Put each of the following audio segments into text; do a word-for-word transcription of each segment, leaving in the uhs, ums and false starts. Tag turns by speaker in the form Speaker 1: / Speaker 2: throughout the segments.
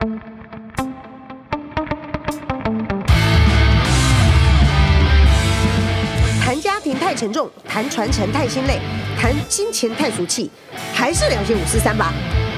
Speaker 1: 谈家庭太沉重，谈传承太心累，谈金钱太俗气，还是聊些五四三吧。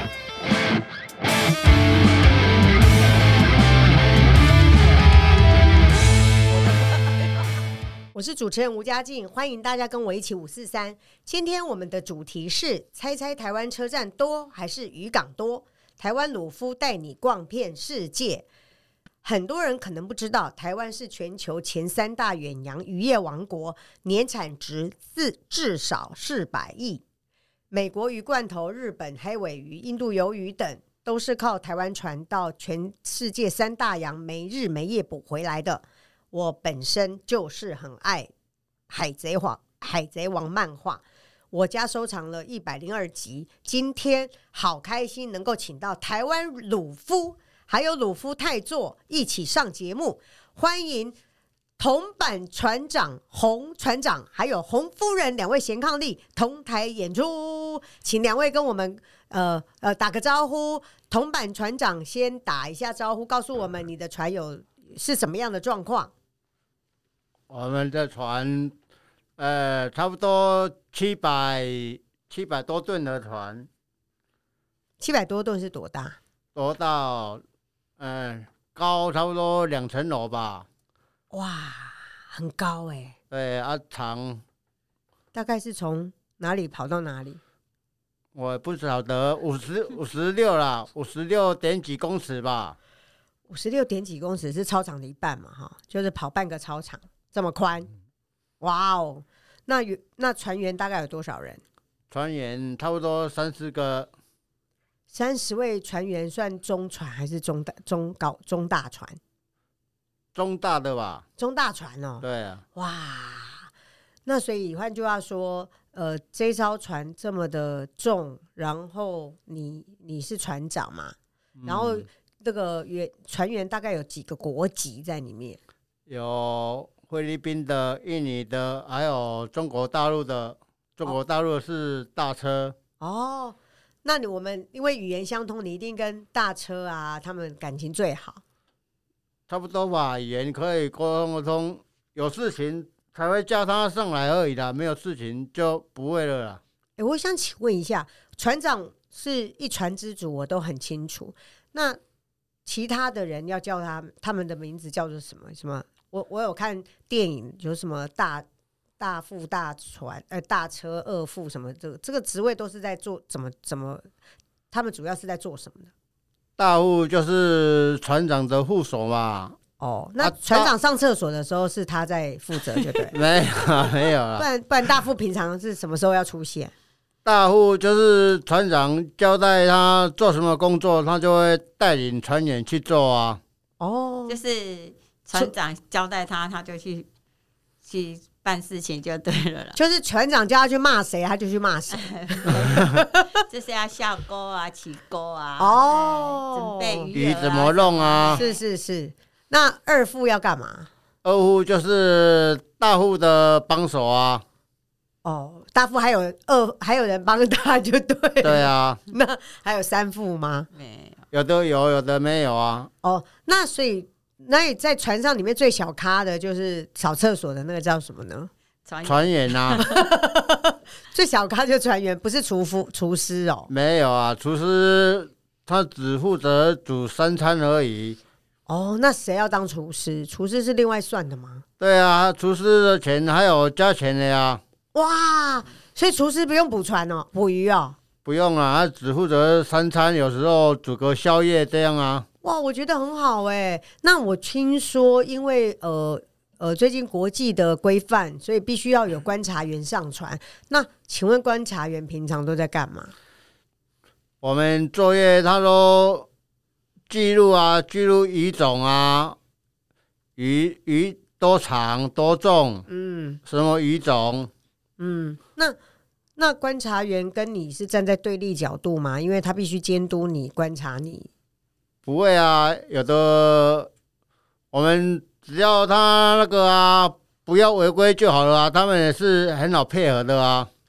Speaker 1: 我是主持人吴佳静，欢迎大家跟我一起五四三。今天我们的主题是猜猜台湾车站多还是渔港多？台湾鲁夫带你逛遍世界。很多人可能不知道，台湾是全球前三大远洋渔业王国，年产值自至少四百亿。美国鱼罐头、日本黑尾鱼、印度鱿鱼等都是靠台湾船到全世界三大洋没日没夜捕回来的。我本身就是很爱海贼王海贼王漫画，我家收藏了一百零二集。今天好开心能够请到台湾鲁夫还有鲁夫太座一起上节目，欢迎铜板船长洪船长还有洪夫人两位贤伉俪同台演出，请两位跟我们呃呃打个招呼。铜板船长先打一下招呼，告诉我们你的船有是什么样的状况。
Speaker 2: 我们的船，呃，差不多七百七百多吨的船。
Speaker 1: 七百多吨是多大？
Speaker 2: 多到，呃，高差不多两层楼吧。
Speaker 1: 哇，很高哎、欸。
Speaker 2: 对啊，长
Speaker 1: 大概是从哪里跑到哪里？
Speaker 2: 我不晓得，五十五十六啦，五十六点几公尺吧。
Speaker 1: 五十六点几公尺是操场的一半嘛，哈，就是跑半个操场。这么宽，哇哦！那那船员大概有多少人？
Speaker 2: 船员差不多三四个。
Speaker 1: 三十位船员算中船还是中大中高中大船？
Speaker 2: 中大的吧。
Speaker 1: 中大船哦。
Speaker 2: 对啊。
Speaker 1: 哇，那所以换句话说，呃，这艘船这么的重，然后你你是船长嘛，嗯、然后这个员船员大概有几个国籍在里面？
Speaker 2: 有菲律宾的、印尼的，还有中国大陆的。中国大陆是大车。
Speaker 1: 哦，那你我们因为语言相通，你一定跟大车啊他们感情最好。
Speaker 2: 差不多吧，语言可以沟通沟通，有事情才会叫他上来而已啦，没有事情就不会了啦。
Speaker 1: 欸、我想请问一下，船长是一船之主，我都很清楚。那其他的人要叫他他们的名字叫做什么？什么？我我有看电影，有什么大大副、大船、呃大车、二副什么这个这个职位都是在做怎么怎么？他们主要是在做什么的？
Speaker 2: 大副就是船长的副手嘛。
Speaker 1: 哦，那船长上厕所的时候是他在负责，就对。
Speaker 2: 没有没有啦，
Speaker 1: 不然不然大副平常是什么时候要出现？
Speaker 2: 大副就是船长交代他做什么工作，他就会带领船员去做啊。
Speaker 1: 哦，
Speaker 3: 就是船长交代他，他就去去办事情就对了啦。
Speaker 1: 就是船长叫他去骂谁，他就去骂谁。
Speaker 3: 就是要下钩啊、起钩啊，
Speaker 1: 哦，
Speaker 3: 准备
Speaker 2: 鱼怎么弄啊？
Speaker 1: 是是是。那二副要干嘛？
Speaker 2: 二副就是大副的帮手啊。
Speaker 1: 哦，大副还有二，还有人帮他就对了。
Speaker 2: 对啊。
Speaker 1: 那还有三副吗？
Speaker 3: 没有，
Speaker 2: 有的有，有的没有啊。
Speaker 1: 哦，那所以那你在船上里面最小咖的就是扫厕所的那个叫什么呢？
Speaker 2: 船员啊。
Speaker 1: 最小咖就船员，不是厨夫厨师哦。
Speaker 2: 没有啊，厨师他只负责煮三餐而已。
Speaker 1: 哦，那谁要当厨师？厨师是另外算的吗？
Speaker 2: 对啊，厨师的钱还有加钱的呀。
Speaker 1: 哇，所以厨师不用捕船哦，捕鱼哦？
Speaker 2: 不用啊，他只负责三餐，有时候煮个宵夜这样啊。
Speaker 1: 哇，我觉得很好哎。那我听说，因为呃呃最近国际的规范，所以必须要有观察员上船。那请问观察员平常都在干嘛？
Speaker 2: 我们作业他都记录啊，记录鱼种啊，鱼鱼多长多重，嗯，什么鱼种。
Speaker 1: 嗯，那那观察员跟你是站在对立角度吗？因为他必须监督你、观察你。
Speaker 2: 不会啊，有的我们只要他那个啊，不要违规就好了啊，他们也是很好配合的啊。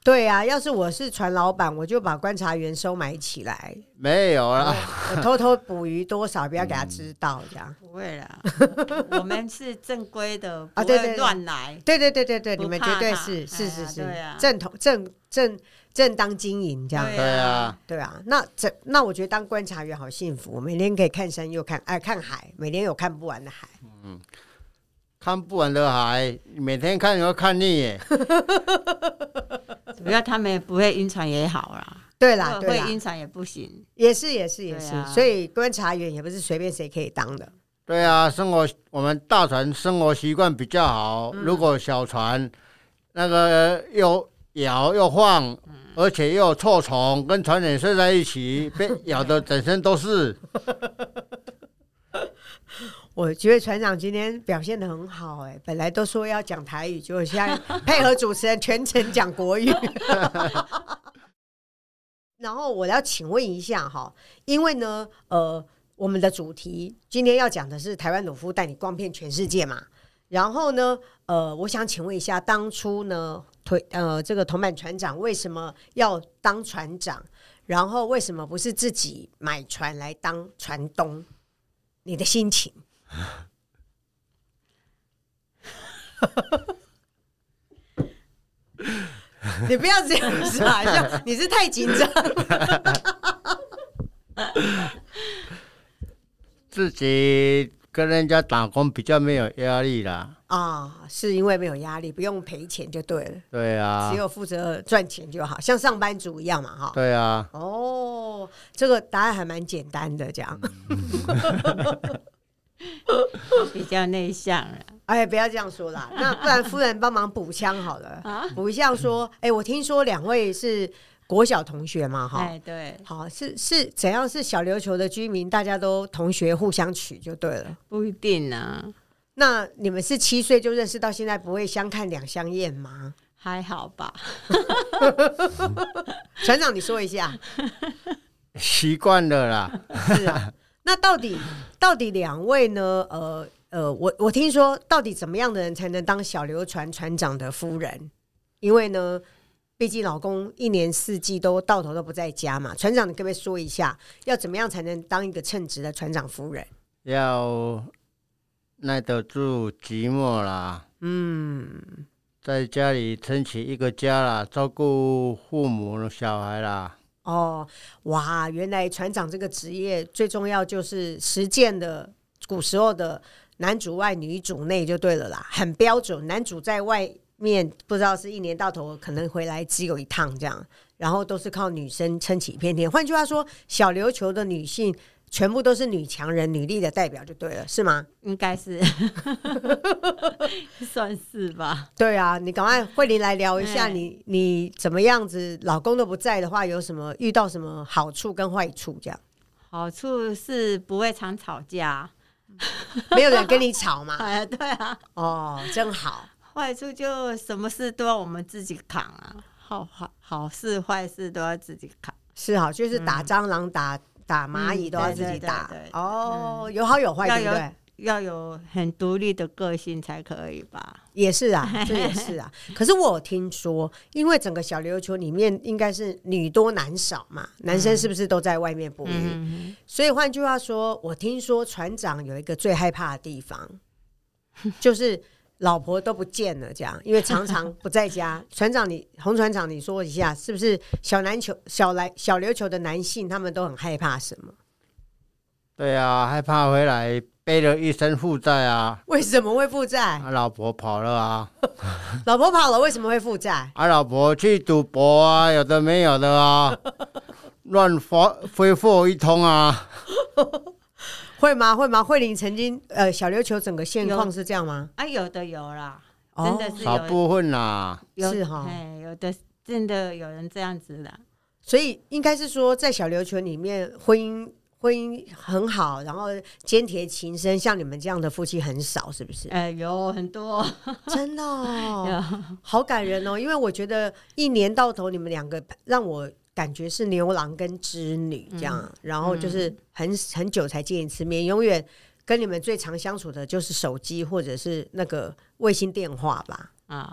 Speaker 1: 对啊，要是我是船老板，我就把观察员收买起来，
Speaker 2: 没有啦，
Speaker 1: 我偷偷捕鱼多少，不要给他知道，这样。
Speaker 3: 不会啦，我们是正规的，
Speaker 1: 啊，
Speaker 3: 不会
Speaker 1: 对对对
Speaker 3: 乱来。
Speaker 1: 对对对对对，
Speaker 3: 不
Speaker 1: 你们
Speaker 3: 怕他
Speaker 1: 绝对是是
Speaker 3: 哎
Speaker 1: 是是
Speaker 3: 呀对啊，
Speaker 1: 正统正正正当经营这样。
Speaker 3: 对
Speaker 2: 对啊，
Speaker 1: 对啊，那这那我觉得当观察员好幸福，每天可以看山又看哎看海，每天有看不完的海。
Speaker 2: 看不完的海，每天看都看腻耶。
Speaker 3: 主要他们不会晕船也好啦，
Speaker 1: 对啦，
Speaker 3: 会
Speaker 1: 对啦，
Speaker 3: 晕船也不行。
Speaker 1: 也是也是也是，
Speaker 3: 对啊
Speaker 1: 所以观察员也不是随便谁可以当的。
Speaker 2: 对啊，生活我们大船生活习惯比较好，
Speaker 1: 嗯
Speaker 2: 如果小船那个又摇又晃，
Speaker 1: 嗯
Speaker 2: 而且又有臭虫，跟船员睡在一起，被咬的整身都是。
Speaker 1: 我觉得船长今天表现得很好、哎，本来都说要讲台语，结果现在配合主持人全程讲国语。然后我要请问一下哈，因为呢，呃，我们的主题今天要讲的是台湾鲁夫带你逛遍全世界嘛。然后呢，呃，我想请问一下，当初呢，推呃这个铜板船长为什么要当船长？然后为什么不是自己买船来当船东？你的心情？你不要这样傻笑，你是太紧张。
Speaker 2: 自己跟人家打工比较没有压力啦。
Speaker 1: 啊，是因为没有压力，不用赔钱就对了，
Speaker 2: 对啊
Speaker 1: 只，有负责赚钱就好，像上班族一样嘛，哈。
Speaker 2: 对啊，
Speaker 1: 哦，这个答案还蛮简单的，这样。
Speaker 3: 比较内向了。
Speaker 1: 哎，不要这样说啦，那不然夫人帮忙补枪好了。补一下说，哎，我听说两位是国小同学嘛，哈。
Speaker 3: 哎，对，
Speaker 1: 好，是是怎样？是小琉球的居民，大家都同学互相取就对了。
Speaker 3: 不一定啊，
Speaker 1: 那你们是七岁就认识到现在，不会相看两相厌吗？
Speaker 3: 还好吧。
Speaker 1: 船长，你说一下。
Speaker 2: 习惯了啦。
Speaker 1: 是啊，那到底到底两位呢？呃呃，我我听说，到底怎么样的人才能当小流船船长的夫人？因为呢，毕竟老公一年四季都到头都不在家嘛。船长，你可不可以说一下，要怎么样才能当一个称职的船长夫人？
Speaker 2: 要耐得住寂寞啦，
Speaker 1: 嗯，
Speaker 2: 在家里撑起一个家啦，照顾父母小孩啦。
Speaker 1: 哦，哇，原来船长这个职业最重要就是实践的古时候的男主外女主内就对了啦，很标准。男主在外面不知道是一年到头可能回来只有一趟这样，然后都是靠女生撑起一片天。换句话说，小琉球的女性全部都是女强人、女力的代表就对了，是吗？
Speaker 3: 应该是算是吧。
Speaker 1: 对啊，你赶快慧玲来聊一下
Speaker 3: 哎
Speaker 1: 你你怎么样子，老公都不在的话，有什么遇到什么好处跟坏处这样？
Speaker 3: 好处是不会常吵架。
Speaker 1: 没有人跟你吵嘛？
Speaker 3: 哎，对啊。
Speaker 1: 哦，真好。
Speaker 3: 坏处就什么事都要我们自己扛啊，好好好事坏事都要自己扛。
Speaker 1: 是好，就是打蟑螂、打打蚂蚁
Speaker 3: 嗯
Speaker 1: 都要自己打。
Speaker 3: 对对对对
Speaker 1: 哦，有好有坏，
Speaker 3: 要有
Speaker 1: 对不对？
Speaker 3: 要有很独立的个性才可以吧？
Speaker 1: 也是啊，这也是啊。可是我有听说，因为整个小琉球里面应该是女多男少嘛，男生是不是都在外面捕鱼？
Speaker 3: 嗯，
Speaker 1: 所以换句话说，我听说船长有一个最害怕的地方，就是老婆都不见了，这样，因为常常不在家。船长你，洪船长，你说一下，是不是小篮球、小来小琉球的男性他们都很害怕什么？
Speaker 2: 对啊，害怕回来背了一身负债啊。
Speaker 1: 为什么会负债？
Speaker 2: 啊，老婆跑了啊，
Speaker 1: 老婆跑了，为什么会负债？
Speaker 2: 啊，老婆去赌博啊，有的没有的啊，乱发挥霍一通啊。
Speaker 1: 会吗？会吗？慧玲曾经呃，小琉球整个现况
Speaker 3: 有
Speaker 1: 是这样吗？
Speaker 3: 啊，有的有啦，
Speaker 1: 哦
Speaker 3: 真的是有，
Speaker 2: 少部分啦。
Speaker 3: 有
Speaker 1: 是哈
Speaker 3: 哎，有的真的有人这样子的。
Speaker 1: 所以应该是说，在小琉球里面，婚姻婚姻很好，然后坚铁情深，像你们这样的夫妻很少，是不是？
Speaker 3: 哎，有很多。
Speaker 1: 真的哦，
Speaker 3: 有
Speaker 1: 好感人哦！因为我觉得一年到头，你们两个让我感觉是牛郎跟织女这样，然后就是很很久才见一次面，永远跟你们最常相处的就是手机或者是那个卫星电话吧。
Speaker 3: 啊，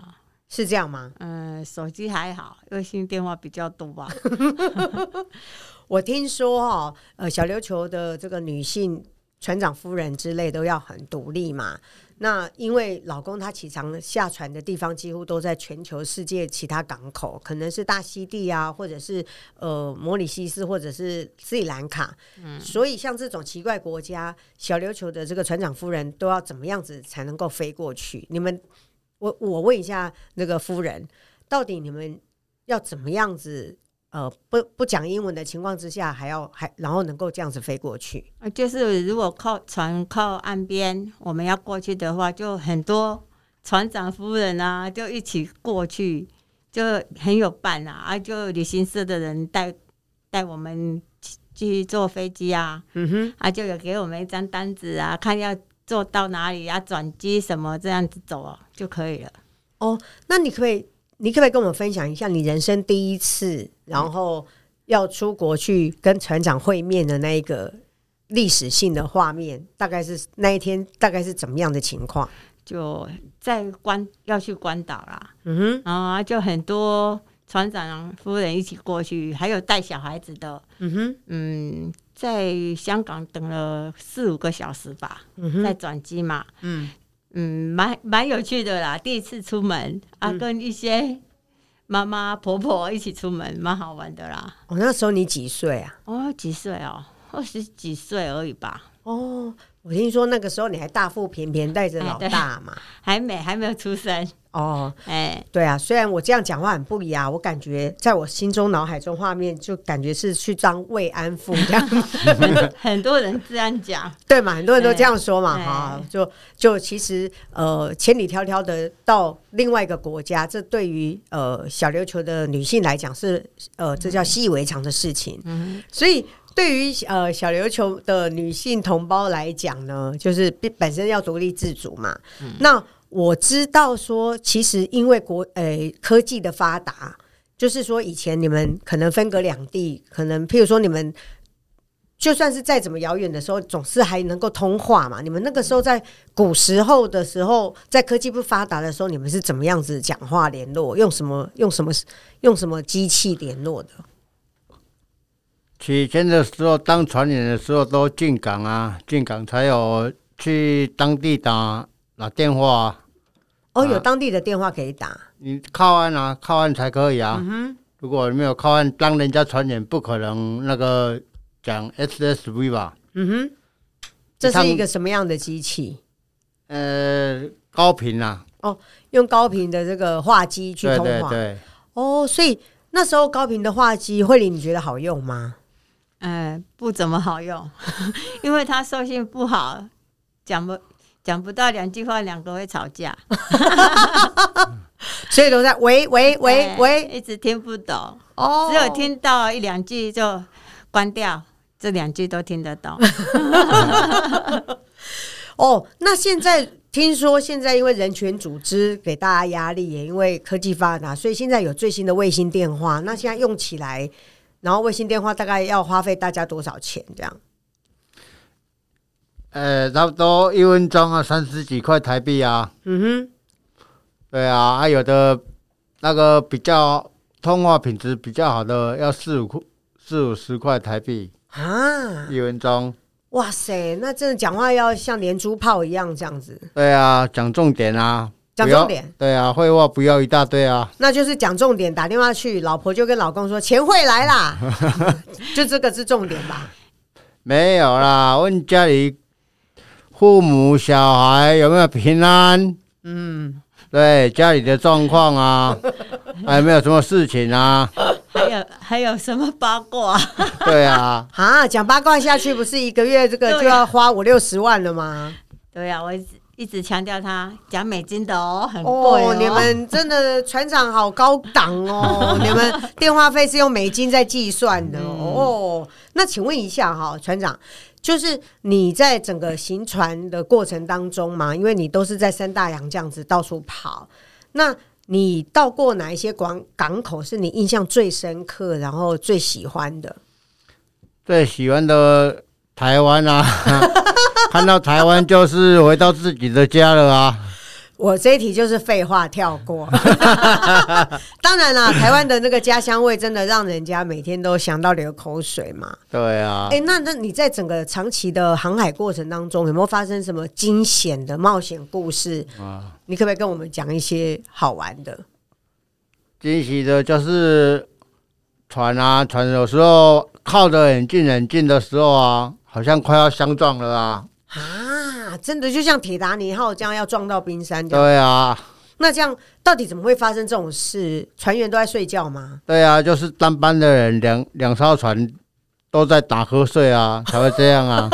Speaker 1: 是这样吗？
Speaker 3: 嗯、呃，手机还好，卫星电话比较多吧。
Speaker 1: 我听说哦，呃，小琉球的这个女性船长夫人之类都要很独立嘛。那因为老公他起床下船的地方几乎都在全球世界其他港口，可能是大溪地啊，或者是呃摩里西斯，或者是斯里兰卡。嗯，所以像这种奇怪国家，小琉球的这个船长夫人都要怎么样子才能够飞过去？你们，我我问一下那个夫人，到底你们要怎么样子？呃，不不讲英文的情况之下，还要还然后能够这样子飞过去，
Speaker 3: 就是如果靠船靠岸边，我们要过去的话，就很多船长夫人啊，就一起过去，就很有伴啊，啊，就旅行社的人带带我们去坐飞机啊，嗯哼，啊，就有给我们一张单子啊，看要坐到哪里啊，转机什么这样子走啊就可以了。
Speaker 1: 哦，那你可不可以？你可不可以跟我们分享一下你人生第一次，然后要出国去跟船长会面的那一个历史性的画面？大概是那一天大概是怎么样的情况？
Speaker 3: 就在关要去关岛啦，
Speaker 1: 嗯哼，
Speaker 3: 然后就很多船长夫人一起过去，还有带小孩子的，嗯哼，嗯，在香港等了四五个小时吧，嗯哼，再转机嘛，嗯。嗯，蛮蛮有趣的啦，第一次出门啊，嗯、跟一些妈妈婆婆一起出门，蛮好玩的啦。
Speaker 1: 哦，那时候你几岁啊？
Speaker 3: 哦，几岁哦，二十几岁而已吧。
Speaker 1: 哦，我听说那个时候你还大腹便便带着老大嘛，
Speaker 3: 还没还没有出生。
Speaker 1: 哦，哎，对啊，虽然我这样讲话很不雅，我感觉在我心中脑海中画面就感觉是去当慰安妇这样
Speaker 3: 很多人这样讲，
Speaker 1: 对嘛，很多人都这样说嘛，哈，就就其实呃千里迢迢的到另外一个国家，这对于呃小琉球的女性来讲是呃这叫习以为常的事情，嗯，所以对于呃小琉球的女性同胞来讲呢，就是本身要独立自主嘛，嗯，那我知道说，其实因为国呃科技的发达，就是说以前你们可能分隔两地，可能譬如说你们就算是再怎么遥远的时候，总是还能够通话嘛。你们那个时候在古时候的时候，在科技不发达的时候，你们是怎么样子讲话联络？用什么用什么用什么机器联络的？
Speaker 2: 起前的时候，当船员的时候都进港啊，进港才有去当地打打电话啊。
Speaker 1: 哦，有当地的电话可以打，
Speaker 2: 你靠岸啊，靠岸才可以啊。嗯哼，如果没有靠岸，当人家船员不可能那个讲 S S V 吧？
Speaker 1: 嗯哼，这是一个什么样的机器？
Speaker 2: 呃，高频啊。
Speaker 1: 哦，用高频的这个话机去通话。对对对。哦，所以那时候高频的话机，慧玲你觉得好用吗？
Speaker 3: 呃，不怎么好用，因为它收讯不好，讲不。讲不到两句话，两个会吵架，
Speaker 1: 所以都在喂喂喂喂，
Speaker 3: 一直听不懂。哦，只有听到一两句就关掉，这两句都听得懂。
Speaker 1: 哦，那现在听说现在因为人权组织给大家压力，也因为科技发达，所以现在有最新的卫星电话。那现在用起来，然后卫星电话大概要花费大家多少钱？这样？
Speaker 2: 呃，差不多一分钟啊，三十几块台币啊。嗯哼，对啊，啊有的那个比较通话品质比较好的，要四五四五十块台币啊，一分钟。
Speaker 1: 哇塞，那真的讲话要像连珠炮一样这样子。
Speaker 2: 对啊，讲重点啊，
Speaker 1: 讲重点。
Speaker 2: 对啊，废话不要一大堆啊。
Speaker 1: 那就是讲重点，打电话去，老婆就跟老公说钱会来啦，就这个是重点吧？
Speaker 2: 没有啦，问家里。父母小孩有没有平安？嗯，对，家里的状况啊，还有没有什么事情啊？
Speaker 3: 还有还有什么八卦？
Speaker 2: 对啊，
Speaker 1: 啊，讲八卦下去不是一个月这个就要花五六十万了吗？
Speaker 3: 对啊，我一直一直强调他讲美金的哦，很贵哦。
Speaker 1: 哦，你们真的船长好高档哦，你们电话费是用美金在计算的哦。嗯、哦，那请问一下哈，船长。就是你在整个行船的过程当中嘛，因为你都是在三大洋这样子到处跑，那你到过哪一些港港口是你印象最深刻，然后最喜欢的？
Speaker 2: 最喜欢的台湾啊，看到台湾就是回到自己的家了啊。
Speaker 1: 我这一题就是废话跳过。当然啦，台湾的那个家乡味真的让人家每天都想到流口水嘛。
Speaker 2: 对啊。
Speaker 1: 哎、欸，那那你在整个长期的航海过程当中，有没有发生什么惊险的冒险故事？啊，你可不可以跟我们讲一些好玩的？
Speaker 2: 惊喜的就是船啊，船有时候靠得很近很近的时候啊，好像快要相撞了啊。
Speaker 1: 啊，真的就像铁达尼号这样要撞到冰山这样。
Speaker 2: 对啊。
Speaker 1: 那这样到底怎么会发生这种事？船员都在睡觉吗？
Speaker 2: 对啊，就是单班的人两两艘船都在打瞌睡啊，才会这样啊。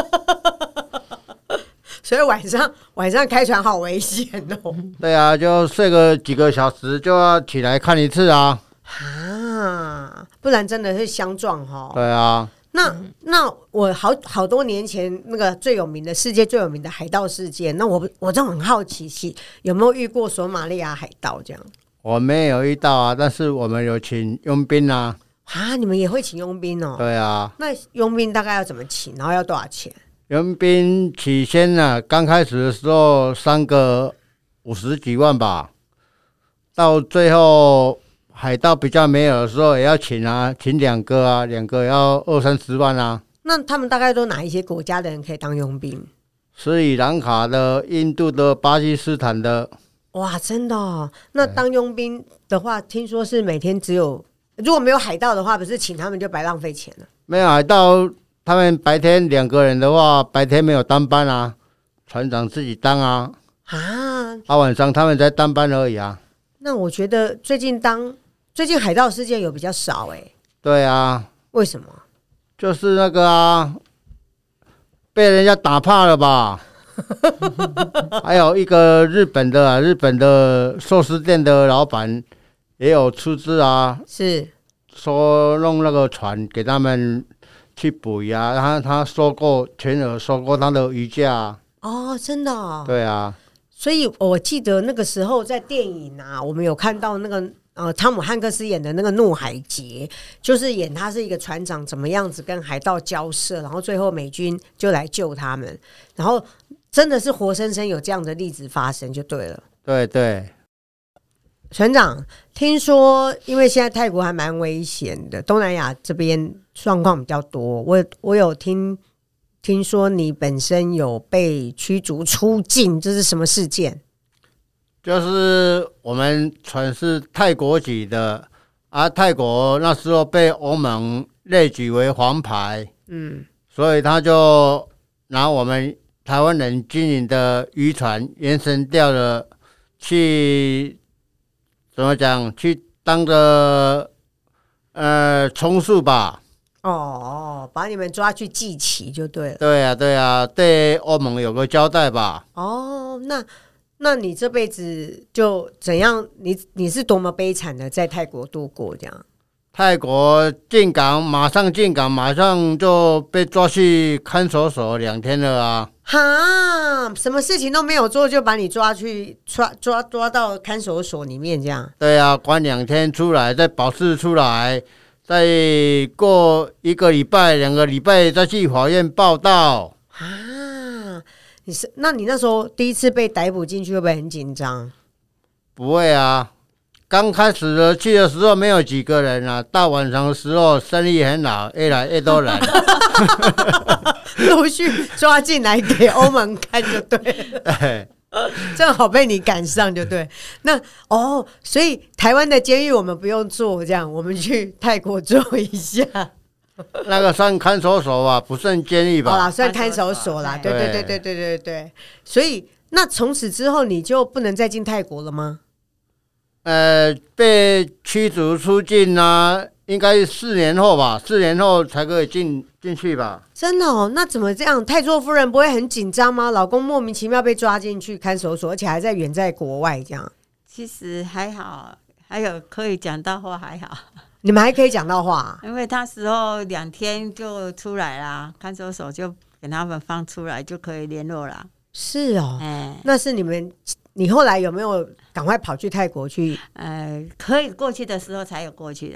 Speaker 1: 所以晚上晚上开船好危险哦。
Speaker 2: 对啊，就睡个几个小时就要起来看一次啊。
Speaker 1: 啊，不然真的是相撞哦。
Speaker 2: 对啊。
Speaker 1: 那那我好好多年前那个最有名的世界最有名的海盗事件，那我我真的很好奇，有没有遇过索马利亚海盗这样？
Speaker 2: 我没有遇到啊，但是我们有请佣兵啊。
Speaker 1: 啊，你们也会请佣兵哦？
Speaker 2: 对啊。
Speaker 1: 那佣兵大概要怎么请？然后要多少钱？
Speaker 2: 佣兵起先啊，刚开始的时候三个五十几万吧，到最后海盗比较没有的时候也要请啊，请两个啊，两个要二三十万啊。
Speaker 1: 那他们大概都哪一些国家的人可以当佣兵？
Speaker 2: 斯里兰卡的、印度的、巴基斯坦的。
Speaker 1: 哇，真的哦？那当佣兵的话，听说是每天只有，如果没有海盗的话，不是请他们就白浪费钱了？
Speaker 2: 没有海盗，他们白天两个人的话，白天没有当班啊，船长自己当啊。啊，啊晚上他们在当班而已啊。
Speaker 1: 那我觉得最近当最近海盗事件有比较少哎、欸。
Speaker 2: 对啊。
Speaker 1: 为什么？
Speaker 2: 就是那个啊，被人家打怕了吧？还有一个日本的、啊、日本的寿司店的老板也有出资啊，
Speaker 1: 是
Speaker 2: 说弄那个船给他们去捕鱼啊，他他收购全额收购他的鱼价、啊。
Speaker 1: 哦，真的、哦？
Speaker 2: 对啊。
Speaker 1: 所以我记得那个时候在电影啊，我们有看到那个呃汤姆汉克斯演的那个《怒海劫》，就是演他是一个船长怎么样子跟海盗交涉，然后最后美军就来救他们，然后真的是活生生有这样的例子发生就对了。
Speaker 2: 对对。
Speaker 1: 船长，听说因为现在泰国还蛮危险的，东南亚这边状况比较多，我我有听听说你本身有被驱逐出境，这是什么事件？
Speaker 2: 就是我们船是泰国籍的啊，泰国那时候被欧盟列举为黄牌，嗯，所以他就拿我们台湾人经营的渔船延伸掉了，去怎么讲？去当个呃充数吧。
Speaker 1: 哦，把你们抓去祭旗就对了。
Speaker 2: 对啊，对啊，对欧盟有个交代吧。
Speaker 1: 哦，那那你这辈子就怎样？你你是多么悲惨的在泰国度过这样？
Speaker 2: 泰国进港，马上进港，马上就被抓去看守所两天了啊！
Speaker 1: 哈，什么事情都没有做，就把你抓去抓抓抓到看守所里面这样？
Speaker 2: 对啊，关两天出来，再保释出来。再过一个礼拜、两个礼拜再去法院报到
Speaker 1: 啊！你是？那你那时候第一次被逮捕进去，会不会很紧张？
Speaker 2: 不会啊，刚开始的去的时候没有几个人啊，到晚上的时候生意很好，越来越多人，
Speaker 1: 陆续抓进来给欧盟看就对了。
Speaker 2: 对。
Speaker 1: 正好被你赶上就对。那哦，所以台湾的监狱我们不用做，这样我们去泰国做一下。
Speaker 2: 那个算看守所吧，不算监狱吧？
Speaker 1: 好啦，算看守所啦。对对对对对对对。所以那从此之后你就不能再进泰国了吗？
Speaker 2: 呃，被驱逐出境啊，应该四年后吧，四年后才可以进进去吧。
Speaker 1: 真的哦？那怎么这样？太座夫人不会很紧张吗？老公莫名其妙被抓进去看守所，而且还在远在国外这样。
Speaker 3: 其实还好，还有可以讲到话还好。
Speaker 1: 你们还可以讲到话、啊？
Speaker 3: 因为他时候两天就出来啦，看守所就给他们放出来就可以联络啦。
Speaker 1: 是哦，
Speaker 3: 哎，
Speaker 1: 那是你们，你后来有没有赶快跑去泰国去？
Speaker 3: 呃，可以过去的时候才有过去啦。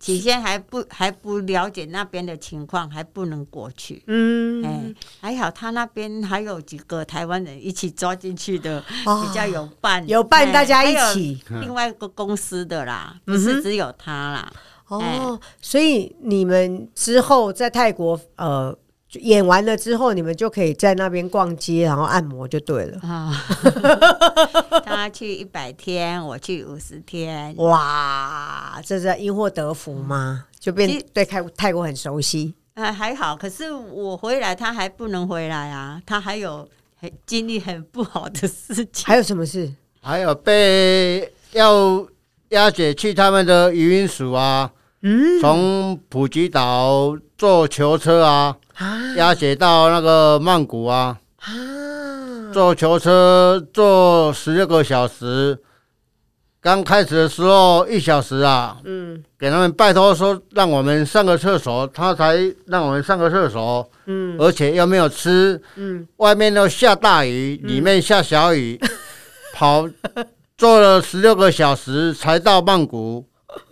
Speaker 3: 起先还不还不了解那边的情况，还不能过去。
Speaker 1: 嗯，
Speaker 3: 哎，还好他那边还有几个台湾人一起抓进去的，
Speaker 1: 哦
Speaker 3: 比较有伴，
Speaker 1: 有伴
Speaker 3: 哎
Speaker 1: 大家一
Speaker 3: 还有
Speaker 1: 起
Speaker 3: 另外一个公司的啦，不
Speaker 1: 嗯哼
Speaker 3: 是只有他啦。
Speaker 1: 哦，所以你们之后在泰国呃演完了之后，你们就可以在那边逛街，然后按摩就对了。
Speaker 3: 啊，他去一百天，我去五十天。
Speaker 1: 哇，这是因祸得福吗？就变
Speaker 3: 其实
Speaker 1: 对泰泰国很熟悉。
Speaker 3: 啊，还好，可是我回来，他还不能回来啊，他还有很经历很不好的事情。
Speaker 1: 还有什么事？
Speaker 2: 还有被要押解去他们的渔民署啊，
Speaker 1: 嗯
Speaker 2: 从普吉岛坐囚车啊，
Speaker 1: 啊
Speaker 2: 押解到那个曼谷啊，
Speaker 1: 啊，
Speaker 2: 坐囚车坐十六个小时。刚开始的时候一小时啊，
Speaker 1: 嗯
Speaker 2: 给他们拜托说让我们上个厕所，他才让我们上个厕所，
Speaker 1: 嗯
Speaker 2: 而且又没有吃，
Speaker 1: 嗯，
Speaker 2: 外面都下大雨，里面下小雨，跑坐了十六个小时才到曼谷。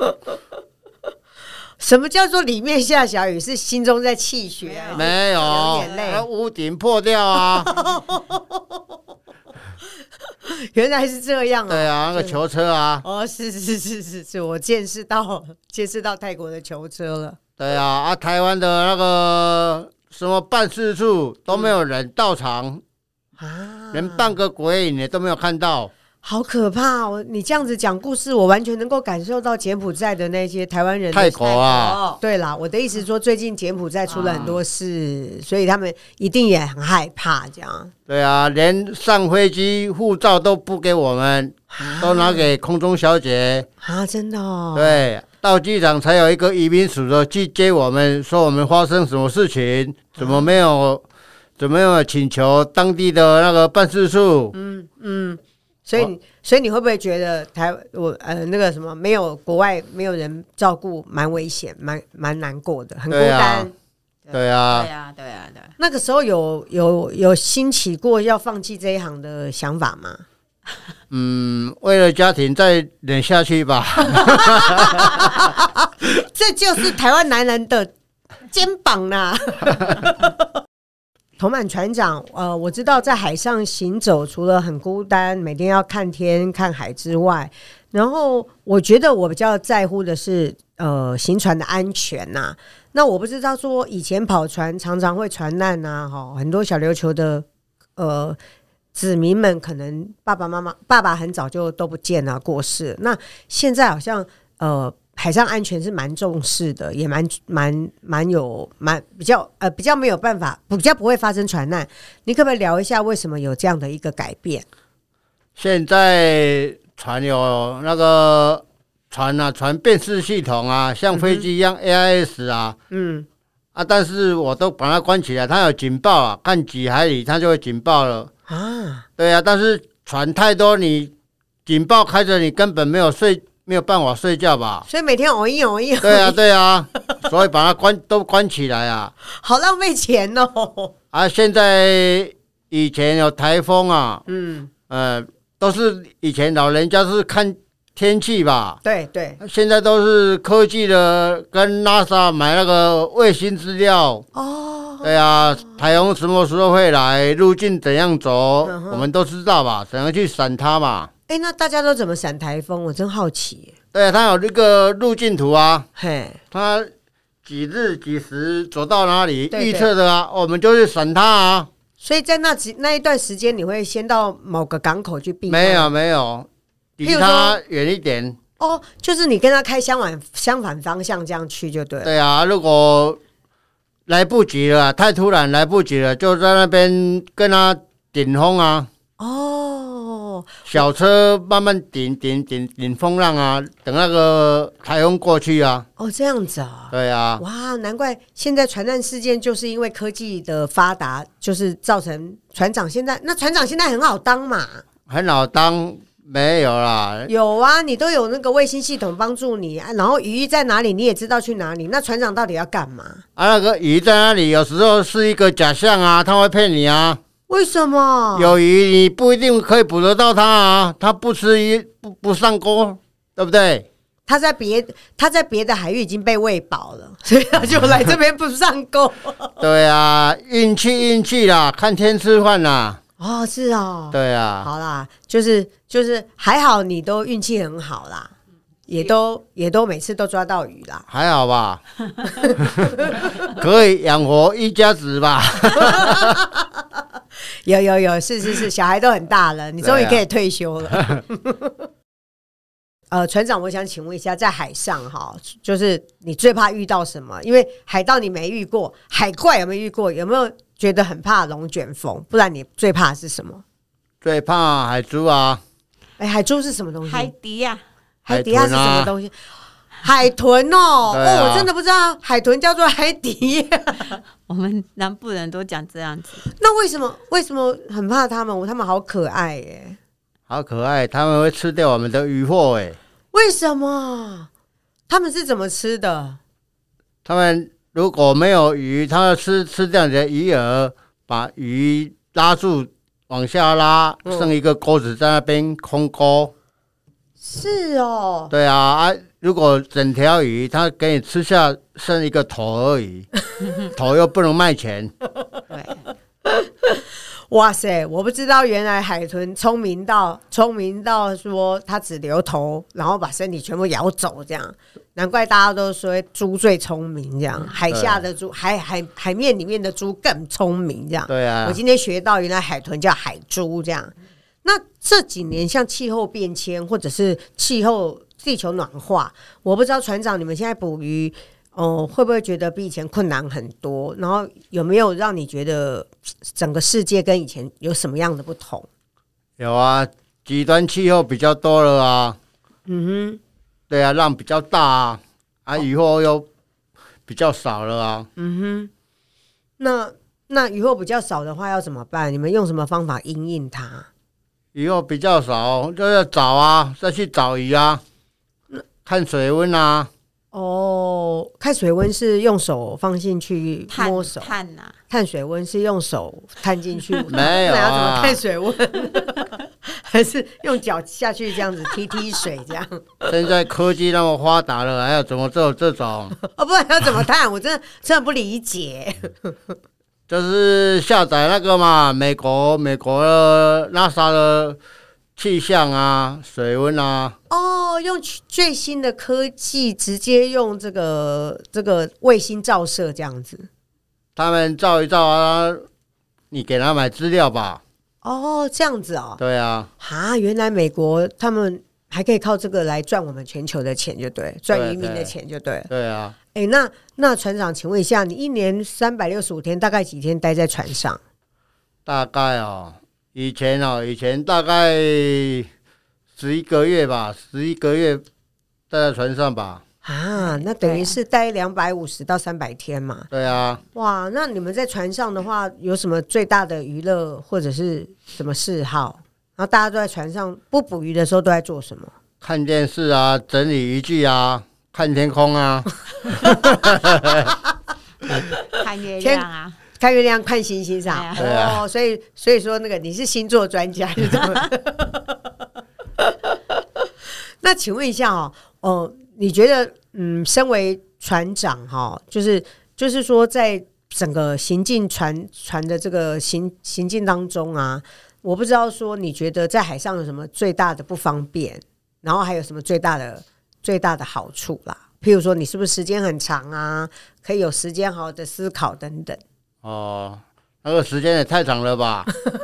Speaker 1: 什么叫做里面下小雨？是心中在气血啊？
Speaker 2: 没有，
Speaker 1: 流眼泪
Speaker 2: 那屋顶破掉啊！
Speaker 1: 原来是这样啊！
Speaker 2: 对啊，那个囚车啊，
Speaker 1: 哦，是是是是是，我见识到见识到泰国的囚车了。
Speaker 2: 对啊，啊，台湾的那个什么办事处都没有人到场，
Speaker 1: 啊，
Speaker 2: 连半个鬼影也都没有看到。
Speaker 1: 好可怕哦！你这样子讲故事，我完全能够感受到柬埔寨的那些台湾人的
Speaker 2: 泰国啊，
Speaker 3: 哦，
Speaker 1: 对啦，我的意思说，最近柬埔寨出了很多事，所以他们一定也很害怕这样。
Speaker 2: 对啊，连上飞机护照都不给我们，都拿给空中小姐。
Speaker 1: 啊，真的哦。
Speaker 2: 对，到机场才有一个移民署的去接我们，说我们发生什么事情，怎么没有，怎么没有请求当地的那个办事处？
Speaker 1: 嗯嗯，所以你所以你会不会觉得台我呃那个什么没有国外没有人照顾，蛮危险，蛮蛮难过的，很孤
Speaker 2: 对啊
Speaker 1: 单。
Speaker 2: 对啊
Speaker 3: 对，啊，对啊，对啊。
Speaker 1: 那个时候有有有兴起过要放弃这一行的想法吗？
Speaker 2: 嗯，为了家庭再忍下去吧。
Speaker 1: 这就是台湾男人的肩膀呐、头满船长，呃，我知道在海上行走，除了很孤单，每天要看天看海之外，然后我觉得我比较在乎的是，呃，行船的安全呐、那我不知道说以前跑船常常会船难呐、哈，很多小琉球的呃子民们可能爸爸妈妈爸爸很早就都不见了，过世了。那现在好像呃。海上安全是蛮重视的，也蛮蛮蛮有蛮比较呃比较没有办法，比较不会发生船难。你可不可以聊一下为什么有这样的一个改变？
Speaker 2: 现在船有那个船啊，船辨识系统啊，像飞机一样 A I S 啊，
Speaker 1: 嗯
Speaker 2: 啊，但是我都把它关起来，它有警报啊，看几海里它就会警报了。
Speaker 1: 啊，
Speaker 2: 对啊，但是船太多，你警报开着，你根本没有睡，没有办法睡觉吧？
Speaker 1: 所以每天偶一偶一，
Speaker 2: 对啊，对啊，所以把它关都关起来啊。
Speaker 1: 好浪费钱哦。
Speaker 2: 啊，现在以前有台风啊，
Speaker 1: 嗯，
Speaker 2: 呃，都是以前老人家是看天气吧，
Speaker 1: 对对
Speaker 2: 现在都是科技的，跟 NASA 买那个卫星资料。
Speaker 1: 哦，
Speaker 2: 对啊，台风什么时候会来，路径怎样走，
Speaker 1: 嗯哼
Speaker 2: 我们都知道吧？怎样去闪它嘛？
Speaker 1: 哎，那大家都怎么闪台风？我真好奇耶。
Speaker 2: 对啊，它有那个路径图啊，
Speaker 1: 嘿，
Speaker 2: 它几日几时走到哪里
Speaker 1: 对对
Speaker 2: 预测的啊，我们就去闪它啊。
Speaker 1: 所以在那几那一段时间，你会先到某个港口去避难？
Speaker 2: 没有没有，离
Speaker 1: 譬如说
Speaker 2: 它远一点。
Speaker 1: 哦，就是你跟他开相反相反方向这样去就对了。
Speaker 2: 对啊，如果来不及了，太突然来不及了，就在那边跟他顶风啊。
Speaker 1: 哦，
Speaker 2: 小车慢慢顶顶顶顶风浪啊，等那个台风过去啊。
Speaker 1: 哦，这样子啊。
Speaker 2: 对啊，
Speaker 1: 哇，难怪现在船难事件就是因为科技的发达，就是造成船长现在那船长现在很好当嘛。
Speaker 2: 很好当，没有啦。
Speaker 1: 有啊，你都有那个卫星系统帮助你，啊然后鱼在哪里你也知道去哪里。那船长到底要干嘛？
Speaker 2: 啊，那个鱼在那里，有时候是一个假象啊，他会骗你啊。
Speaker 1: 为什么？
Speaker 2: 有鱼你不一定可以捕得到它啊，它不吃鱼不不上钩，对不对？
Speaker 1: 他在别他在别的海域已经被喂饱了，所以他就来这边不上钩。
Speaker 2: 对啊，运气运气啦，看天吃饭啦。
Speaker 1: 哦，是哦，
Speaker 2: 对啊，
Speaker 1: 好啦，就是就是还好，你都运气很好啦，也都也都每次都抓到鱼啦，
Speaker 2: 还好吧，可以养活一家子吧。
Speaker 1: 有有有，是是是，小孩都很大了，你终于可以退休了。呃，船长，我想请问一下，在海上哈，就是你最怕遇到什么？因为海盗你没遇过，海怪有没有遇过？有没有觉得很怕龙卷风？不然你最怕的是什么？
Speaker 2: 最怕海猪啊！
Speaker 1: 哎、欸，海猪是什么东西？
Speaker 3: 海底呀、啊，
Speaker 1: 海底下是什么东西？海豚哦、
Speaker 2: 啊，
Speaker 1: 哦，我真的不知道海豚叫做海底。
Speaker 3: 我们南部人都讲这样子。
Speaker 1: 那为什么为什么很怕他们？他们好可爱耶，
Speaker 2: 好可爱，他们会吃掉我们的渔获哎。
Speaker 1: 为什么？他们是怎么吃的？
Speaker 2: 他们如果没有鱼，他们吃吃掉你的鱼饵，把鱼拉住往下拉，嗯、剩一个钩子在那边空钩。
Speaker 1: 是哦。
Speaker 2: 对啊啊！如果整条鱼，他给你吃下剩一个头而已，头又不能卖钱。
Speaker 3: 对。
Speaker 1: 哇塞！我不知道原来海豚聪明到聪明到说它只留头，然后把身体全部咬走，这样难怪大家都说猪最聪明，这样海下的猪、海海海面里面的猪更聪明，这样。
Speaker 2: 对啊。我
Speaker 1: 今天学到原来海豚叫海猪，这样。那这几年像气候变迁或者是气候地球暖化，我不知道船长你们现在捕鱼。哦，会不会觉得比以前困难很多？然后有没有让你觉得整个世界跟以前有什么样的不同？
Speaker 2: 有啊，极端气候比较多了啊。
Speaker 1: 嗯哼，
Speaker 2: 对啊，浪比较大啊，啊，渔获又比较少了啊。
Speaker 1: 嗯哼，那那渔获比较少的话要怎么办？你们用什么方法因应它？
Speaker 2: 渔获比较少，就要找啊，再去找鱼啊，看水温啊。
Speaker 1: 哦，看水温是用手放进去摸手，
Speaker 3: 探啊，
Speaker 1: 看水温是用手探进去，
Speaker 2: 没有啊？
Speaker 1: 那要怎么看水温？还是用脚下去这样子踢踢水这样？
Speaker 2: 现在科技那么发达了，还要怎么做这种？
Speaker 1: 哦，不然要怎么探？我真的真的不理解。
Speaker 2: 就是下载那个嘛，美国美国的 NASA 的气象啊，水温啊。
Speaker 1: 哦，用最新的科技直接用这个这个卫星照射这样子。
Speaker 2: 他们照一照啊，你给他买资料吧。
Speaker 1: 哦，这样子哦。
Speaker 2: 对啊。
Speaker 1: 哈，原来美国他们还可以靠这个来赚我们全球的钱，就对，赚渔民的钱就对。
Speaker 2: 对啊。
Speaker 1: 哎、欸，那那船长，请问一下，你一年三百六十五天，大概几天待在船上？
Speaker 2: 大概哦。以前哦，以前大概十一个月吧，十一个月待在船上吧。
Speaker 1: 啊，那等于是待两百五十到三百天嘛。
Speaker 2: 对啊。
Speaker 1: 哇，那你们在船上的话，有什么最大的娱乐或者是什么嗜好？然后大家都在船上不捕鱼的时候都在做什么？
Speaker 2: 看电视啊，整理渔具啊，看天空啊，
Speaker 3: 看月亮啊。
Speaker 1: 看月亮、看星星上，
Speaker 2: 对啊、
Speaker 1: 哦，所以所以说那个你是星座专家，是这么？那请问一下哦，哦，你觉得嗯，身为船长哈、哦，就是就是说，在整个行进船船的这个行行进当中啊，我不知道说你觉得在海上有什么最大的不方便，然后还有什么最大的最大的好处啦？譬如说，你是不是时间很长啊？可以有时间好好的思考等等。
Speaker 2: 哦，那个时间也太长了吧？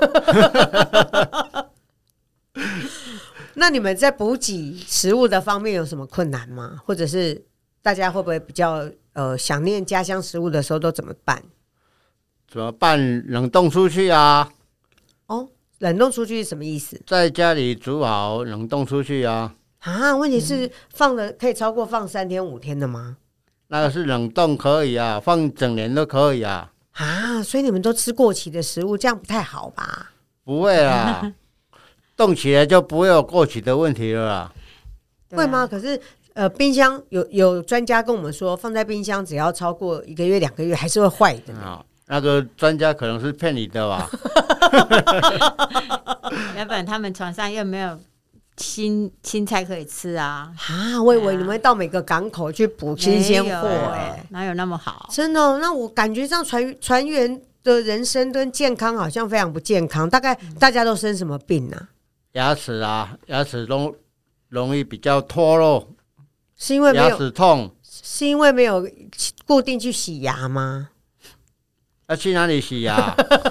Speaker 1: 那你们在补给食物的方面有什么困难吗？或者是大家会不会比较呃想念家乡食物的时候都怎么办？
Speaker 2: 怎么办？冷冻出去啊！
Speaker 1: 哦，冷冻出去是什么意思？
Speaker 2: 在家里煮好，冷冻出去啊！
Speaker 1: 啊，问题是放的可以超过放三天五天的吗？
Speaker 2: 那个是冷冻可以啊，放整年都可以啊。
Speaker 1: 啊，所以你们都吃过期的食物，这样不太好吧？
Speaker 2: 不会啦，冻起来就不会有过期的问题了啦。
Speaker 1: 会吗？可是呃，冰箱有有专家跟我们说，放在冰箱只要超过一个月、两个月，还是会坏的。
Speaker 2: 啊，那个专家可能是骗你的吧？
Speaker 3: 要不然他们船上又没有新青菜可以吃啊。
Speaker 1: 啊，我以为你们会到每个港口去捕新鲜货，哎，
Speaker 3: 哪有那么好？
Speaker 1: 真的、哦，那我感觉上船船员的人生跟健康好像非常不健康，大概大家都生什么病啊？
Speaker 2: 牙齿啊，牙齿容容易比较脱落，
Speaker 1: 是因为没有
Speaker 2: 牙齿痛，
Speaker 1: 是因为没有固定去洗牙吗？
Speaker 2: 要去哪里洗牙？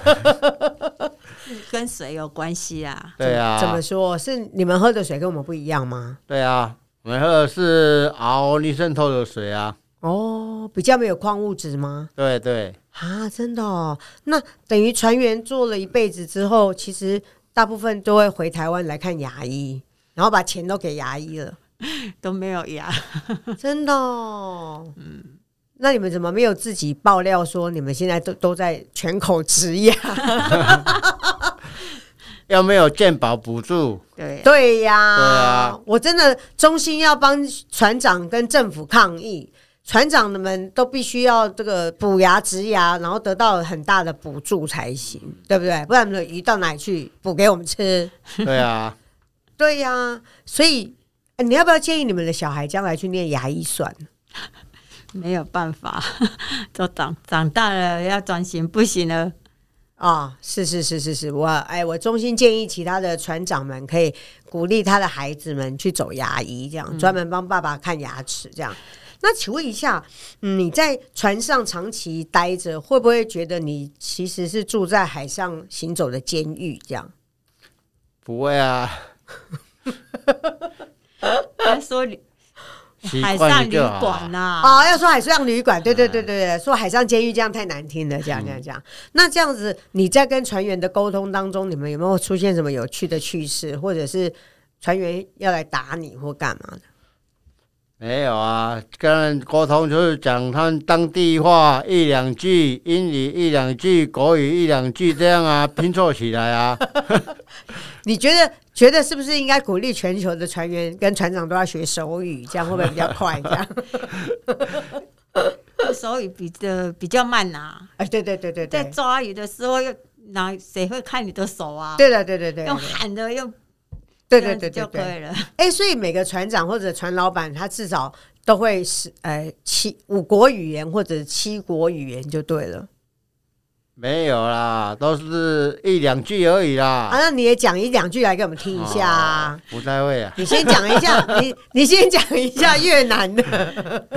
Speaker 3: 跟水有关系啊。
Speaker 2: 对啊，
Speaker 1: 怎么说？是你们喝的水跟我们不一样吗？
Speaker 2: 对啊，我们喝的是熬尼渗透的水啊。
Speaker 1: 哦，比较没有矿物质吗？
Speaker 2: 对对
Speaker 1: 啊，真的哦。那等于船员做了一辈子之后，其实大部分都会回台湾来看牙医，然后把钱都给牙医了，
Speaker 3: 都没有牙。
Speaker 1: 真的哦。嗯。那你们怎么没有自己爆料说你们现在都都在全口植牙？
Speaker 2: 要没有健保补助，
Speaker 3: 对
Speaker 1: 对呀，
Speaker 2: 对啊，
Speaker 1: 我真的衷心要帮船长跟政府抗议，船长们都必须要这个补牙植牙，然后得到很大的补助才行，对不对？不然鱼到哪里去补给我们吃？
Speaker 2: 对啊，
Speaker 1: 对呀，所以你要不要建议你们的小孩将来去念牙医算？
Speaker 3: 没有办法，都长长大了要转型不行了
Speaker 1: 啊、哦！是是是是是，我哎，我衷心建议其他的船长们可以鼓励他的孩子们去走牙医，这样专门帮爸爸看牙齿这样。嗯、那请问一下，嗯，你在船上长期待着，会不会觉得你其实是住在海上行走的监狱这样？
Speaker 2: 不会啊，
Speaker 3: 他说海上旅馆呐、
Speaker 1: 啊，哦，要说海上旅馆，对对对对对，说海上监狱这样太难听了，这样这样这样。那这样子，你在跟船员的沟通当中，你们有没有出现什么有趣的趣事，或者是船员要来打你或干嘛的？
Speaker 2: 没有啊，跟人沟通就是讲他们当地话一两句，英语一两句，国语一两句，这样啊，拼凑起来啊。
Speaker 1: 你觉得觉得是不是应该鼓励全球的船员跟船长都要学手语，这样会不会比较快？这样
Speaker 3: 手语比的比较慢呐、啊。
Speaker 1: 哎，对对对对对，
Speaker 3: 在抓鱼的时候，又哪谁会看你的手啊？
Speaker 1: 对的对对对，
Speaker 3: 用喊的用。
Speaker 1: 对对对对
Speaker 3: 就可以了。
Speaker 1: 哎、欸，所以每个船长或者船老板，他至少都会是呃七五国语言或者七国语言就对了。
Speaker 2: 没有啦，都是一两句而已啦。
Speaker 1: 啊，那你也讲一两句来给我们听一下啊。
Speaker 2: 哦、不太会啊。
Speaker 1: 你先讲一下，你你先讲一下越南的。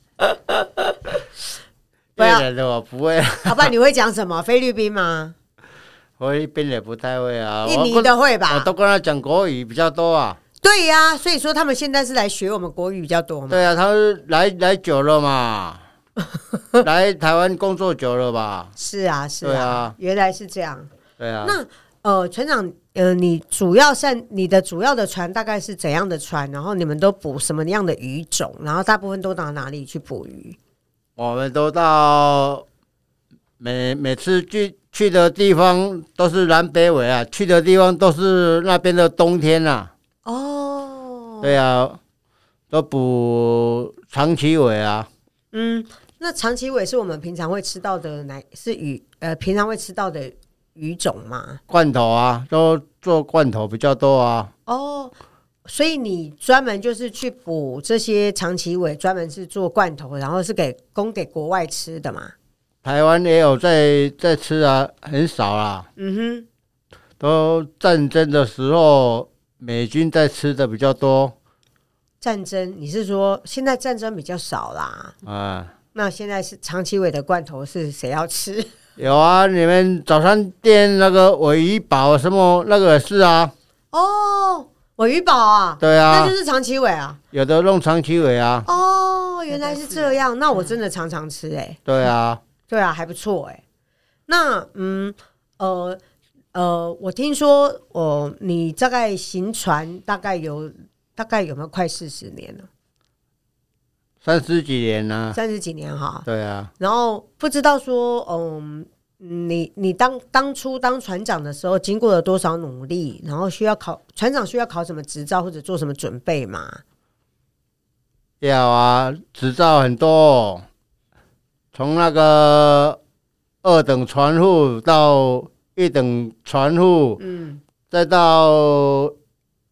Speaker 2: 越南的我不会。
Speaker 1: 好吧，你会讲什么？菲律宾吗？
Speaker 2: 我一边也不太会啊，
Speaker 1: 印尼的会吧？
Speaker 2: 我都跟他讲国语比较多啊。
Speaker 1: 对呀、啊，所以说他们现在是来学我们国语比较多嘛。
Speaker 2: 对啊，他是来来久了嘛，来台湾工作久了吧？
Speaker 1: 是啊，是啊，
Speaker 2: 啊
Speaker 1: 原来是这样。
Speaker 2: 对啊。
Speaker 1: 那呃，船长，呃，你主要擅你的主要的船大概是怎样的船？然后你们都捕什么样的鱼种？然后大部分都到哪里去捕鱼？
Speaker 2: 我们都到每每次去。去的地方都是南北纬啊，去的地方都是那边的冬天啊。
Speaker 1: 哦，
Speaker 2: 对啊，都捕长鳍尾啊。
Speaker 1: 嗯，那长鳍尾是我们平常会吃到的哪是鱼？呃，平常会吃到的鱼种吗？
Speaker 2: 罐头啊，都做罐头比较多啊。
Speaker 1: 哦，所以你专门就是去捕这些长鳍尾，专门是做罐头，然后是给供给国外吃的嘛？
Speaker 2: 台湾也有在在吃啊，很少啦。
Speaker 1: 嗯哼，
Speaker 2: 都战争的时候，美军在吃的比较多。
Speaker 1: 战争，你是说现在战争比较少啦？
Speaker 2: 啊，
Speaker 1: 那现在是长鳍尾的罐头是谁要吃？
Speaker 2: 有啊，你们早餐店那个尾鱼堡什么那个也是啊。
Speaker 1: 哦，尾鱼堡啊，
Speaker 2: 对啊，
Speaker 1: 那就是长鳍尾啊。
Speaker 2: 有的弄长鳍尾啊。
Speaker 1: 哦，原来是这样，那我真的常常吃哎、欸。
Speaker 2: 对啊。
Speaker 1: 对啊，还不错哎、欸。那嗯呃呃，我听说哦、呃，你大概行船大概有大概有没有快四十年了？
Speaker 2: 三十几年了、啊。
Speaker 1: 三十几年哈。
Speaker 2: 对啊。
Speaker 1: 然后不知道说，嗯，你你当当初当船长的时候，经过了多少努力？然后需要考船长需要考什么执照或者做什么准备吗？
Speaker 2: 要啊，执照很多。从那个二等船户到一等船户，嗯，再到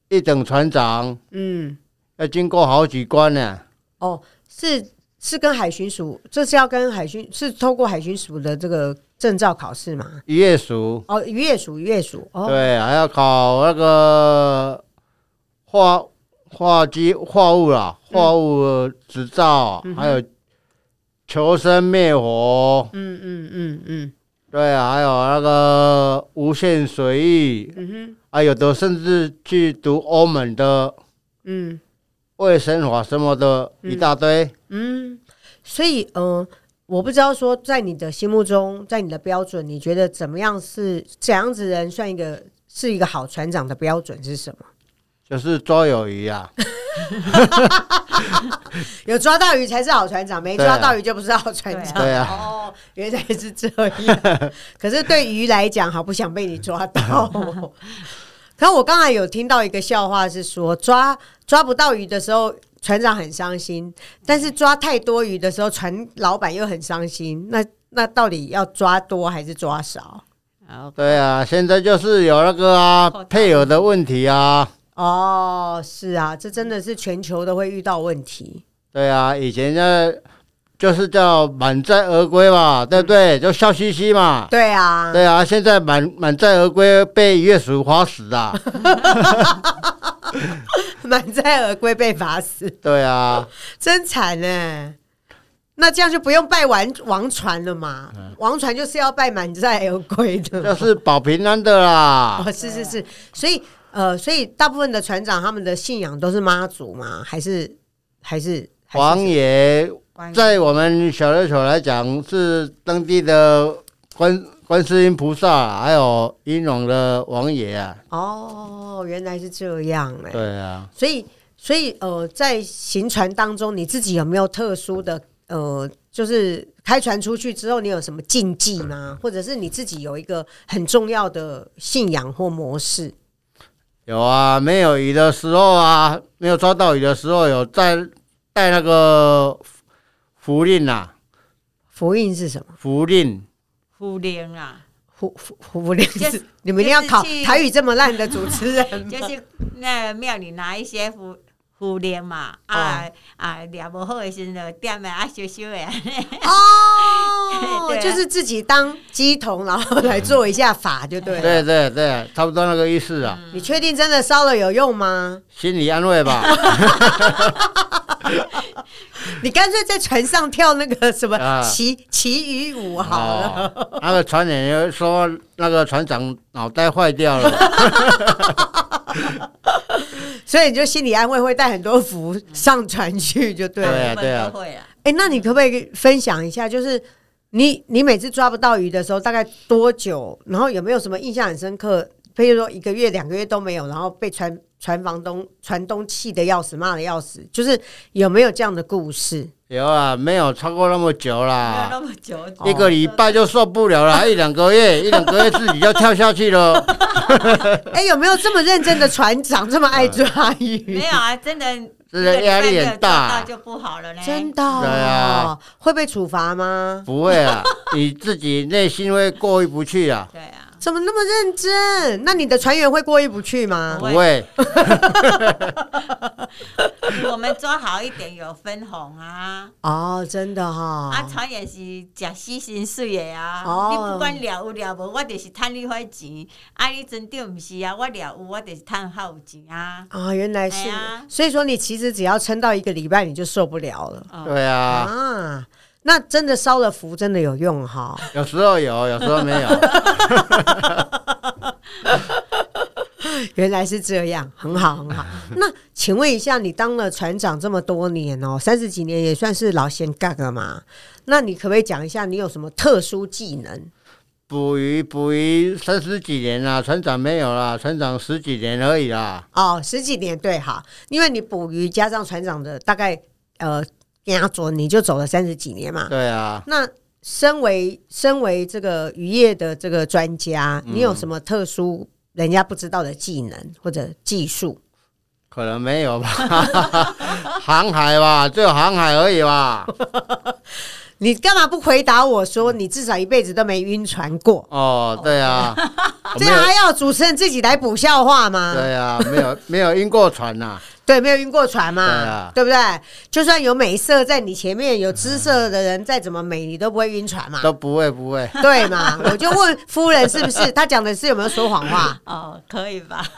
Speaker 2: 一等船长，嗯，要经过好几关呢。
Speaker 1: 哦，是是跟海巡署，这是要跟海巡是透过海巡署的这个证照考试吗？
Speaker 2: 渔业署
Speaker 1: 哦，渔业署，渔业署，哦，
Speaker 2: 对，还要考那个化化机化物啦，化物执照，嗯、还有求生灭火，嗯嗯嗯嗯，对啊，还有那个无限水域，嗯哼，还有的甚至去读欧盟的，嗯，卫生法什么的，一大堆，
Speaker 1: 嗯，嗯所以呃，我不知道说在你的心目中，在你的标准，你觉得怎么样是怎样子人算一个是一个好船长的标准是什么？
Speaker 2: 就是抓有鱼啊。
Speaker 1: 有抓到鱼才是好船长，没抓到鱼就不是好船长。
Speaker 2: 对啊，
Speaker 1: 哦，原来是这样。可是对鱼来讲，好不想被你抓到。可是我刚才有听到一个笑话，是说抓抓不到鱼的时候，船长很伤心；但是抓太多鱼的时候，船老板又很伤心。那那到底要抓多还是抓少？
Speaker 2: 对啊，现在就是有那个啊配偶的问题啊。
Speaker 1: 哦，是啊，这真的是全球都会遇到问题。
Speaker 2: 对啊，以前呢就是叫满载而归嘛，对不对？就笑嘻嘻嘛。
Speaker 1: 对啊，
Speaker 2: 对啊，现在满满载而归被渔业署罚死啊。
Speaker 1: 满载而归被罚死。
Speaker 2: 对啊，
Speaker 1: 真惨呢。那这样就不用拜王王船了嘛？嗯、王船就是要拜满载而归的，
Speaker 2: 就是保平安的啦。
Speaker 1: 哦，是是是，所以。呃，所以大部分的船长他们的信仰都是妈祖吗？还是还是
Speaker 2: 王爷？在我们小琉球来讲，是当地的观观世音菩萨，还有银龙的王爷啊。
Speaker 1: 哦，原来是这样哎、欸。
Speaker 2: 对啊。
Speaker 1: 所以所以呃，在行船当中，你自己有没有特殊的呃，就是开船出去之后，你有什么禁忌吗？或者是你自己有一个很重要的信仰或模式？
Speaker 2: 有啊，没有鱼的时候啊，没有抓到鱼的时候，有带带那个符令啊。
Speaker 1: 符令是什么？
Speaker 2: 符令，
Speaker 3: 符令啊，
Speaker 1: 符符符令是你们一定要考台语这么烂的主持人，
Speaker 3: 就是那个庙里拿一些符符令嘛，啊、哦、啊，抓不好的时候点的啊，修修的。
Speaker 1: 哦，就是自己当鸡童，然后来做一下法，就对了。
Speaker 2: 对对对，差不多那个意思啊。
Speaker 1: 嗯、你确定真的烧了有用吗？
Speaker 2: 心理安慰吧。
Speaker 1: 你干脆在船上跳那个什么旗旗语舞好了。
Speaker 2: 哦、那个船员说，那个船长脑袋坏掉了。
Speaker 1: 所以你就心理安慰，会带很多符上船去，就对了。
Speaker 2: 对啊，对啊，
Speaker 3: 会啊。
Speaker 1: 哎、欸，那你可不可以分享一下，就是你你每次抓不到鱼的时候，大概多久？然后有没有什么印象很深刻？比如说一个月、两个月都没有，然后被船船房东船东气得要死，骂得要死，就是有没有这样的故事？
Speaker 2: 有啊，没有超过那么久啦，
Speaker 3: 没有那么久，
Speaker 2: 一个礼拜就受不了了，还一两个月，一两个月自己就跳下去了。
Speaker 1: 哎、欸，有没有这么认真的船长，这么爱抓鱼？
Speaker 3: 没有啊，真的，
Speaker 2: 真的压力很大，
Speaker 3: 就不好了呢。
Speaker 1: 真的、哦，
Speaker 2: 对啊，
Speaker 1: 会被处罚吗？
Speaker 2: 不会啊，你自己内心会过意不去啊。
Speaker 3: 对啊。
Speaker 1: 怎么那么认真？那你的船员会过意不去吗？
Speaker 2: 不会。
Speaker 3: 我们抓好一点有分红啊。
Speaker 1: 哦，真的哈、哦。
Speaker 3: 啊，船员是吃死薪水的啊。哦。你不管了有了无，我就是赚你块钱。啊，你真的不是啊，我了有，我就是赚好钱啊。
Speaker 1: 啊、哦，原来是。啊、所以说，你其实只要撑到一个礼拜，你就受不了了。
Speaker 2: 哦、对啊。
Speaker 1: 啊。那真的烧了符真的有用哈？
Speaker 2: 有时候有，有时候没有。
Speaker 1: 原来是这样，很好很好。那请问一下，你当了船长这么多年哦，三十几年也算是老先干了嘛？那你可不可以讲一下，你有什么特殊技能？
Speaker 2: 捕鱼捕鱼三十几年啦，船长没有啦，船长十几年而已啦。
Speaker 1: 哦，十几年对哈，因为你捕鱼加上船长的大概呃。压准你就走了三十几年嘛？
Speaker 2: 对啊。
Speaker 1: 那身为身为这个渔业的这个专家，嗯、你有什么特殊人家不知道的技能或者技术？
Speaker 2: 可能没有吧，航海吧，只有航海而已吧。
Speaker 1: 你干嘛不回答我说你至少一辈子都没晕船过？
Speaker 2: 哦，对啊，
Speaker 1: 这样还要主持人自己来补笑话吗？
Speaker 2: 对啊，没有没有晕过船呐、啊。
Speaker 1: 对，没有晕过船嘛，
Speaker 2: 对啊，
Speaker 1: 对不对？就算有美色在你前面，有姿色的人再怎么美，你都不会晕船嘛？
Speaker 2: 都不会，不会。
Speaker 1: 对嘛？我就问夫人是不是？他讲的是有没有说谎话？
Speaker 3: 哦，可以吧？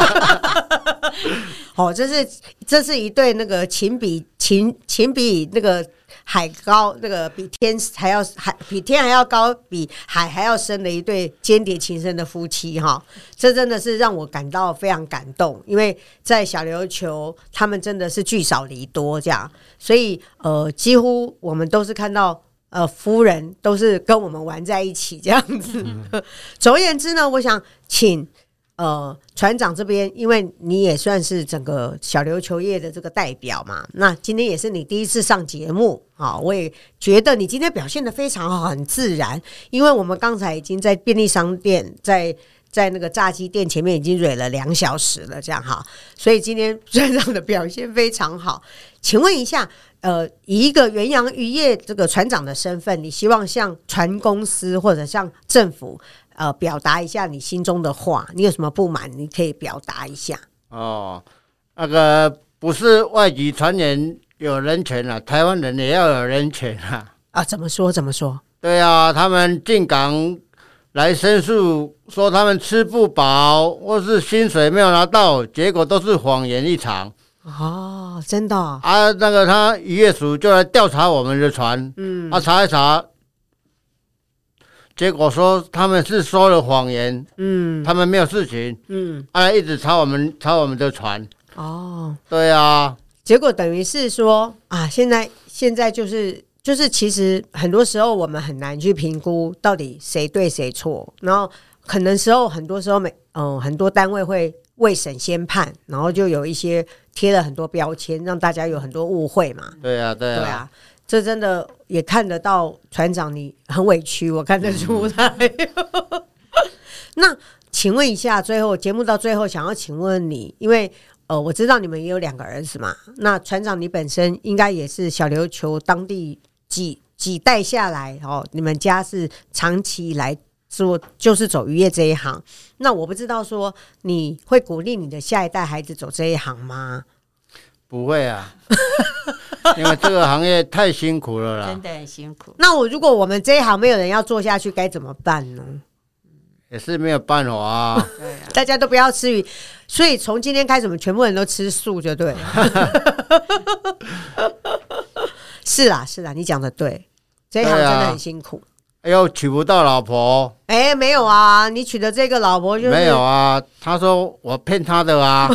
Speaker 1: 哦，这是这是一对那个情比情情比那个海高，那个比天还要海比天还要高，比海还要深的一对间谍情深的夫妻哈，这真的是让我感到非常感动，因为在小琉球他们真的是聚少离多这样，所以呃，几乎我们都是看到呃夫人都是跟我们玩在一起这样子。嗯、总而言之呢，我想请。呃，船长这边，因为你也算是整个小琉球业的这个代表嘛，那今天也是你第一次上节目啊，我也觉得你今天表现得非常好，很自然。因为我们刚才已经在便利商店，在在那个炸鸡店前面已经蕊了两小时了，这样哈，所以今天船长的表现非常好。请问一下，呃，以一个远洋渔业这个船长的身份，你希望向船公司或者向政府？呃，表达一下你心中的话，你有什么不满，你可以表达一下。
Speaker 2: 哦，那个不是外籍船员有人权啊，台湾人也要有人权啊。
Speaker 1: 啊，怎么说？怎么说？
Speaker 2: 对啊，他们进港来申诉，说他们吃不饱，或是薪水没有拿到，结果都是谎言一场。
Speaker 1: 哦，真的、哦、
Speaker 2: 啊，那个他渔业署就来调查我们的船，嗯，啊，查一查。结果说他们是说了谎言，嗯，他们没有事情，嗯，啊，一直查我们查我们的船，哦，对啊，
Speaker 1: 结果等于是说啊，现在现在就是就是，其实很多时候我们很难去评估到底谁对谁错，然后可能时候很多时候每嗯、呃、很多单位会未审先判，然后就有一些贴了很多标签，让大家有很多误会嘛，
Speaker 2: 对啊，对啊，
Speaker 1: 对啊。这真的也看得到船长你很委屈，我看得出来。嗯、那请问一下，最后节目到最后，想要请问你，因为呃我知道你们也有两个儿子嘛，那船长你本身应该也是小琉球当地几几代下来哦，你们家是长期以来做就是走渔业这一行，那我不知道说你会鼓励你的下一代孩子走这一行吗？
Speaker 2: 不会啊。因为这个行业太辛苦了啦，
Speaker 3: 真的很辛苦。
Speaker 1: 那我如果我们这一行没有人要做下去，该怎么办呢？
Speaker 2: 也是没有办法啊。
Speaker 1: 对啊，大家都不要吃鱼，所以从今天开始，我们全部人都吃素就对了。是啦，是啦，你讲的对，这一行真的很辛苦。
Speaker 2: 哎呦，娶不到老婆。
Speaker 1: 哎、欸，没有啊，你娶的这个老婆就是
Speaker 2: 没有啊。他说我骗他的啊。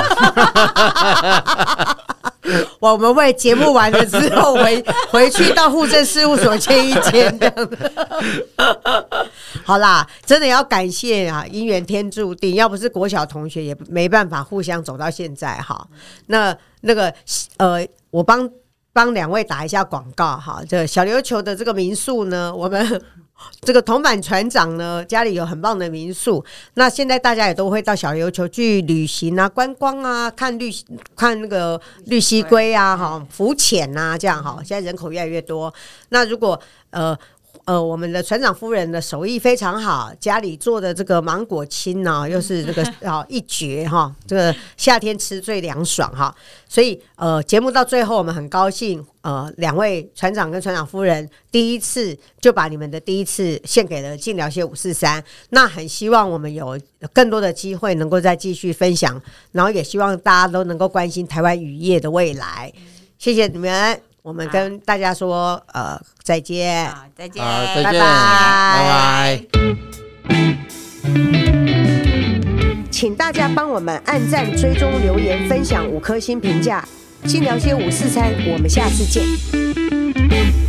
Speaker 1: 我们会节目完了之后回回去到户政事务所签一签这样的。好啦，真的要感谢啊，姻缘天注定，要不是国小同学也没办法互相走到现在哈。那那个呃，我帮帮两位打一下广告哈。这个小琉球的这个民宿呢，我们这个铜板船长呢家里有很棒的民宿，那现在大家也都会到小琉球去旅行啊、观光啊、看绿看那个绿蜥龟啊、哈浮潜啊，这样哈。现在人口越来越多，那如果呃。呃，我们的船长夫人的手艺非常好，家里做的这个芒果青呢、啊，又是这个啊一绝哈，这个夏天吃最凉爽哈。所以呃，节目到最后，我们很高兴，呃，两位船长跟船长夫人第一次就把你们的第一次献给了晋聊些五四三。那很希望我们有更多的机会能够再继续分享，然后也希望大家都能够关心台湾渔业的未来。谢谢你们。我们跟大家说，呃，再见，
Speaker 3: 好，再见，
Speaker 2: 好，再见，
Speaker 1: 拜拜，
Speaker 2: 拜拜。
Speaker 1: 请大家帮我们按赞、追踪、留言、分享五颗星评价。晋聊些五四三，我们下次见。